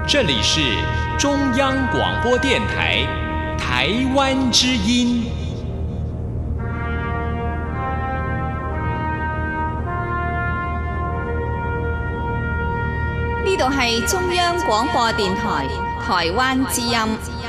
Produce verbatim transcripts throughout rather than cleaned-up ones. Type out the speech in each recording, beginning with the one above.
这里是中央广播电台台湾之音。 呢度係中央廣播電台台灣之音。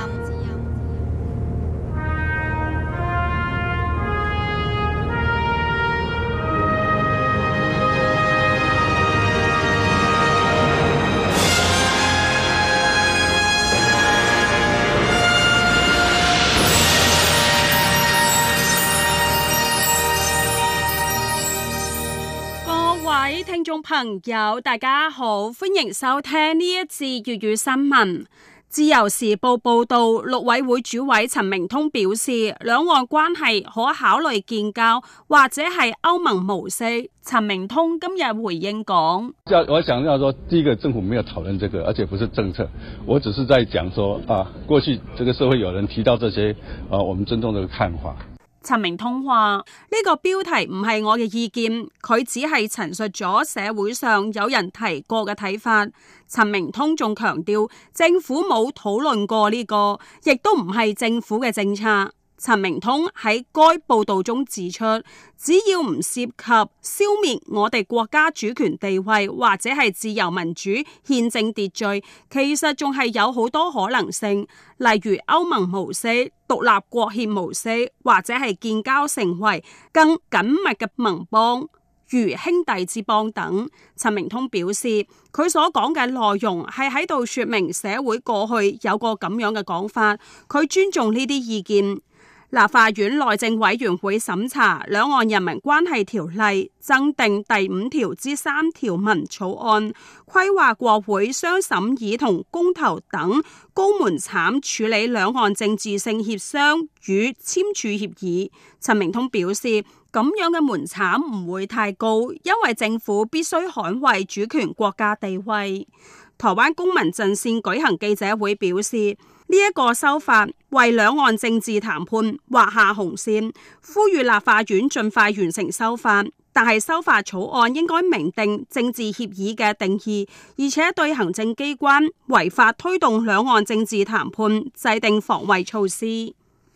聽眾朋友大家好，歡迎收聽呢一節粵語新聞。自由時報報道，陸委會主委陳明通表示，兩岸關係可考慮建交或者係歐盟模式。陳明通今日回應講， 我想要說，第一個政府沒有討論這個，而且不是政策，我只是在講說啊，過去這個社會有人提到這些，啊，我們尊重這個看法。 陳明通話呢個標題唔係我嘅意見，佢只係陳述咗社會上有人提過嘅睇法。陳明通仲強調，政府冇討論過呢個，亦都唔係政府嘅政策。陳明通喺該報道中指出，只要唔涉及消滅我哋國家主權地位或者係自由民主憲政秩序，其實仲係有好多可能性，例如歐盟模式、獨立國協模式，或者係建交成為更緊密嘅盟邦，如兄弟之邦等。陳明通表示，佢所講嘅內容係喺度說明社會過去有個咁樣嘅講法，佢尊重呢啲意見。立法院內政委員會審查《兩岸人民關係條例》增訂第五條之三條文草案，規劃國會雙審議同公投等高門檻處理兩岸政治性協商與簽署協議。陳明通表示，咁樣嘅門檻唔會太高，因為政府必須捍衛主權國家地位。台灣公民陣線舉行記者會表示，呢一個修法為兩岸政治談判劃下紅線，呼籲立法院盡快完成修法。但係修法草案應該明定政治協議嘅定義，而且對行政機關違法推動兩岸政治談判制定防衛措施。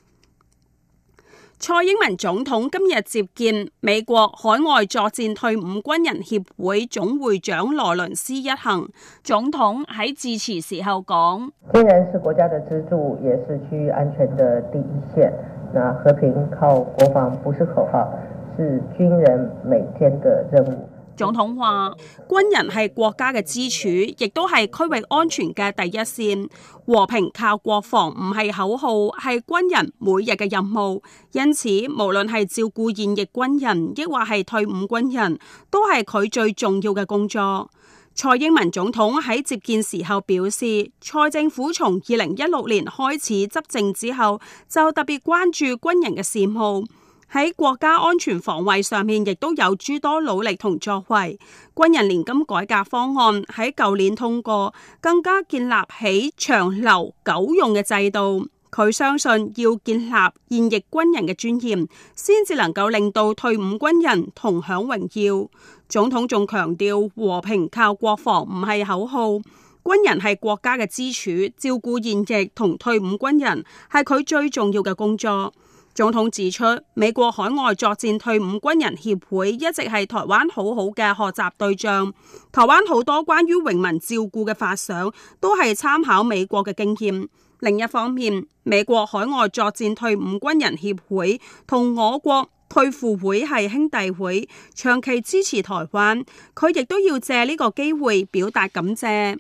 蔡英文總統今日接見美國海外作戰退伍軍人協會總會長羅倫斯一行。總統喺致辭時候講： 軍人是國家的支柱，也是區域安全的第一線。那和平靠國防，不是口號，是軍人每天的任務。 總統話，軍人係國家嘅支柱，亦都係區域安全嘅第一線。和平靠國防唔係口號，係軍人每日嘅任務。因此，無論係照顧現役軍人，抑或係退伍軍人，都係佢最重要嘅工作。蔡英文總統喺接見時候表示，蔡政府從二零一六年開始執政之後，就特別關注軍人嘅事務。喺國家安全防衛上面，亦都有諸多努力同作為。軍人年金改革方案喺舊年通過，更加建立起長留久用嘅制度。佢相信要建立現役軍人嘅尊嚴，先至能夠令到退伍軍人同享榮耀。總統仲強調，和平靠國防唔係口號，軍人係國家嘅支柱，照顧現役同退伍軍人係佢最重要嘅工作。總統指出，美國海外作戰退伍軍人協會一直係台灣好好嘅學習對象。台灣好多關於榮民照顧嘅發想都係參考美國嘅經驗。另一方面，美國海外作戰退伍軍人協會同我國退輔會係兄弟會，長期支持台灣，佢亦都要借呢個機會表達感謝。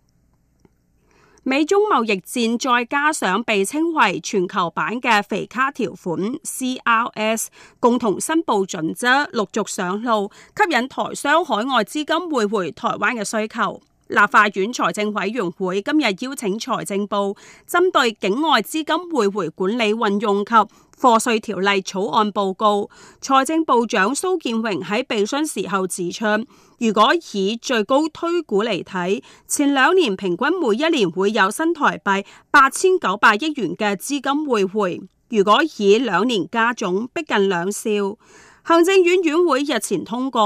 美中貿易戰再加上被稱為全球版嘅肥卡條款 C R S 共同申報準則陸續上路，吸引台商海外資金匯回台灣嘅需求。立法院財政委員會今日邀請財政部針對境外資金匯回管理運用及課稅條例草案報告。財政部長蘇建榮喺備詢時候指出，如果以最高推估嚟睇，前兩年平均每一年會有新台幣八千九百億元嘅資金匯回，如果以兩年加總，逼近兩兆。行政院院會日前通過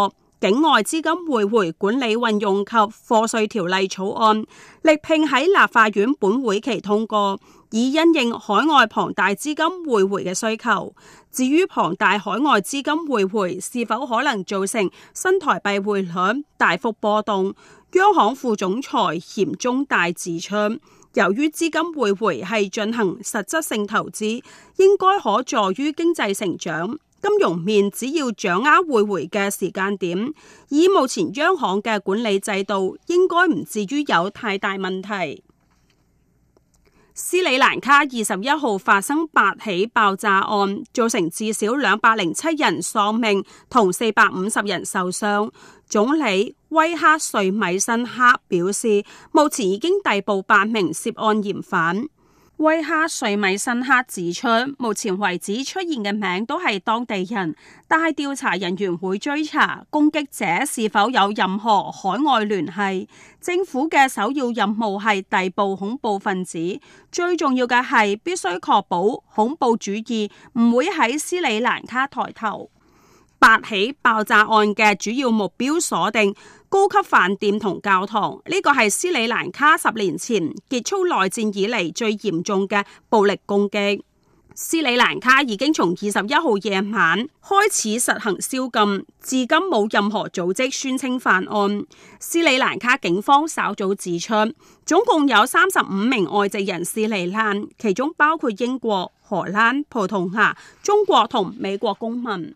境外資金匯回管理運用及課稅條例草案，力拼喺立法院本會期通過，以因應海外龐大資金匯回嘅需求。至於龐大海外資金匯回是否可能造成新台幣匯率大幅波動，央行副總裁嚴宗大指出，由於資金匯回係進行實質性投資，應該可助於經濟成長。金融面只要掌握匯回嘅時間點，以目前央行嘅管理制度，應該唔至於有太大問題。斯里蘭卡二十一號發生八起爆炸案，造成至少兩百零七人喪命同四百五十人受傷。總理威克瑞米辛克表示，目前已經逮捕八名涉案嫌犯。威克瑞米辛克指出，目前為止出現嘅名都係當地人，但係調查人員會追查攻擊者是否有任何海外聯繫。政府嘅首要任務係逮捕恐怖分子，最重要嘅係必須確保恐怖主義唔會喺斯里蘭卡抬頭。八起爆炸案嘅主要目標鎖定高級飯店同教堂，呢個係斯里蘭卡十年前結束內戰以嚟最嚴重嘅暴力攻擊。斯里蘭卡已經從二十一號夜晚開始實行宵禁，至今冇任何組織宣稱犯案。斯里蘭卡警方稍早指出，總共有三十五名外籍人士罹難，其中包括英國、荷蘭、葡萄牙、中國同美國公民。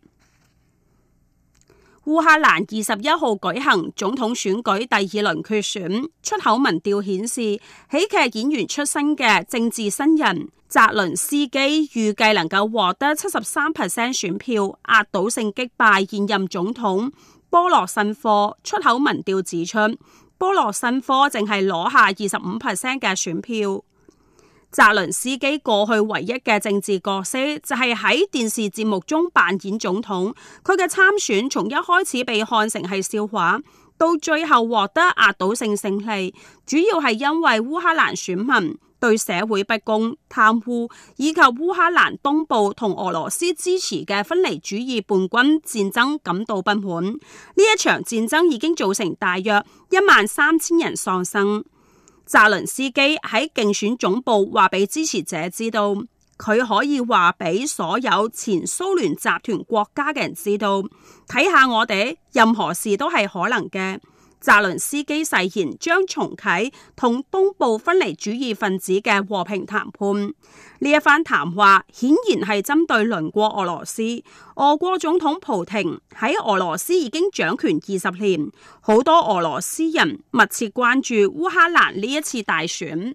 烏克蘭二十一號舉行總統選舉第二輪決選，出口民調顯示，喜劇演員出身嘅政治新人澤倫斯基預計能夠獲得七十三 percent 選票，壓倒性擊敗現任總統波羅申科。出口民調指出，波羅申科淨係攞下二十五 percent 嘅選票。澤倫斯基過去唯一嘅政治角色就係喺電視節目中扮演總統，佢嘅參選從一開始被看成係笑話，到最後獲得壓倒性勝利，主要係因為烏克蘭選民對社會不公、貪污以及烏克蘭東部同俄羅斯支持嘅分離主義叛軍戰爭感到不滿。呢一場戰爭已經造成大約一萬三千人喪生。澤倫斯基喺競選總部話俾支持者知道，佢可以話俾所有前蘇聯集團國家嘅人知道，睇下我哋，任何事都係可能嘅。澤倫斯基誓言將重啟同東部分離主義分子嘅和平談判。呢一番談話顯然係針對鄰國俄羅斯。俄國總統普廷喺俄羅斯已經掌權二十年，好多俄羅斯人密切關注烏克蘭呢一次大選。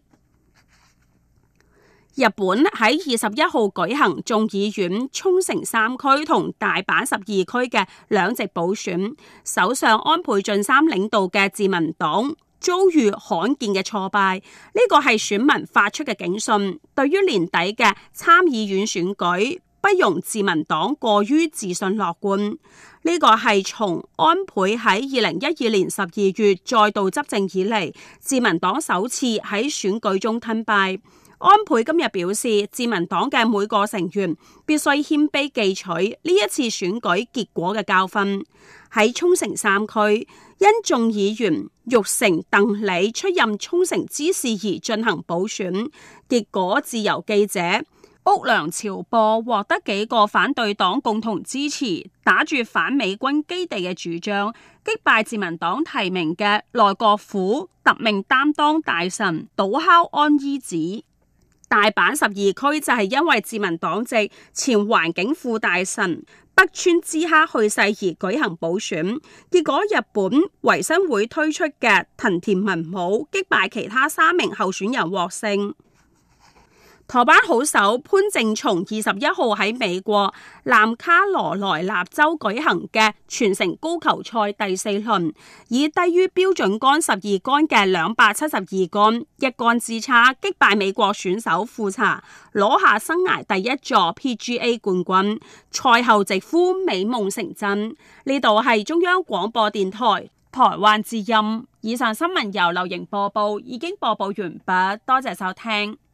日本喺二十一號舉行眾議院沖繩三區同大阪十二區嘅兩席補選，首相安倍晉三領導嘅自民黨遭遇罕見嘅挫敗，呢個係選民發出嘅警訊。對於年底嘅參議院選舉，不容自民黨過於自信樂觀。呢個係從安倍喺二零一二年十二月再度執政以嚟，自民黨首次喺選舉中吞敗。安倍今日表示，自民黨嘅每個成員必須謙卑記取呢一次選舉結果嘅教訓。喺沖繩三區，因眾議員玉城鄧李出任沖繩知事而進行補選，結果自由記者屋良朝播獲得幾個反對黨共同支持，打住反美軍基地嘅主張，擊敗自民黨提名嘅內閣府特命擔當大臣島尻安伊子。大阪十二區就係因為自民黨籍前環境副大臣北川之黑去世而舉行補選，結果日本維新會推出嘅藤田文武擊敗其他三名候選人獲勝。台灣好手潘正松二十一號喺美國南卡羅來納州舉行嘅全城高球賽第四輪，以低於標準桿十二桿嘅兩百七十二桿一桿之差擊敗美國選手富查，攞下生涯第一座 P G A 冠軍。賽後直呼美夢成真。呢度係中央廣播電台台灣之音。以上新聞由劉瑩播報，已經播報完畢，多謝收聽。